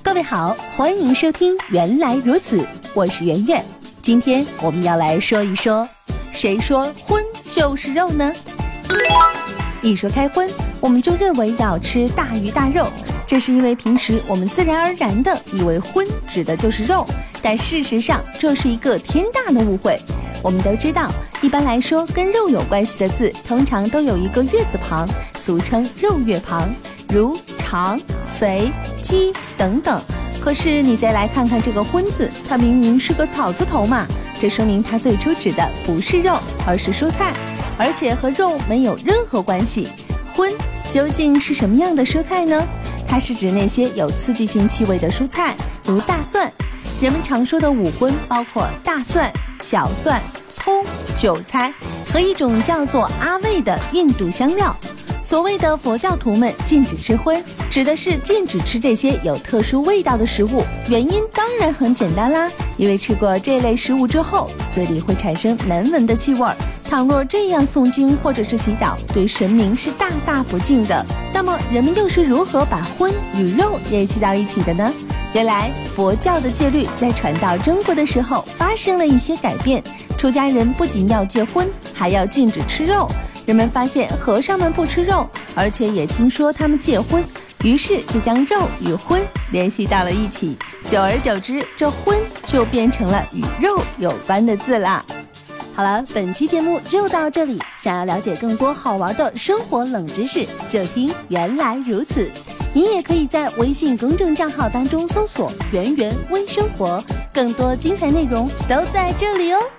各位好，欢迎收听原来如此，我是圆圆。今天我们要来说一说，谁说荤就是肉呢？一说开荤，我们就认为要吃大鱼大肉，这是因为平时我们自然而然的以为荤指的就是肉，但事实上这是一个天大的误会。我们都知道，一般来说跟肉有关系的字通常都有一个月字旁，俗称肉月旁，如肠、肥、鸡等等。可是你再来看看这个荤字，它明明是个草字头嘛，这说明它最初指的不是肉，而是蔬菜，而且和肉没有任何关系。荤究竟是什么样的蔬菜呢？它是指那些有刺激性气味的蔬菜，如大蒜。人们常说的五荤包括大蒜、小蒜、葱、韭菜和一种叫做阿魏的印度香料。所谓的佛教徒们禁止吃荤，指的是禁止吃这些有特殊味道的食物。原因当然很简单啦，因为吃过这类食物之后，嘴里会产生难闻的气味。倘若这样诵经或者是祈祷，对神明是大大不敬的。那么人们又是如何把荤与肉联系到一起的呢？原来佛教的戒律在传到中国的时候发生了一些改变，出家人不仅要戒荤，还要禁止吃肉。人们发现和尚们不吃肉，而且也听说他们戒荤，于是就将肉与荤联系到了一起，久而久之，这荤就变成了与肉有关的字啦。好了，本期节目就到这里，想要了解更多好玩的生活冷知识，就听原来如此。你也可以在微信公众账号当中搜索圆圆微生活，更多精彩内容都在这里哦。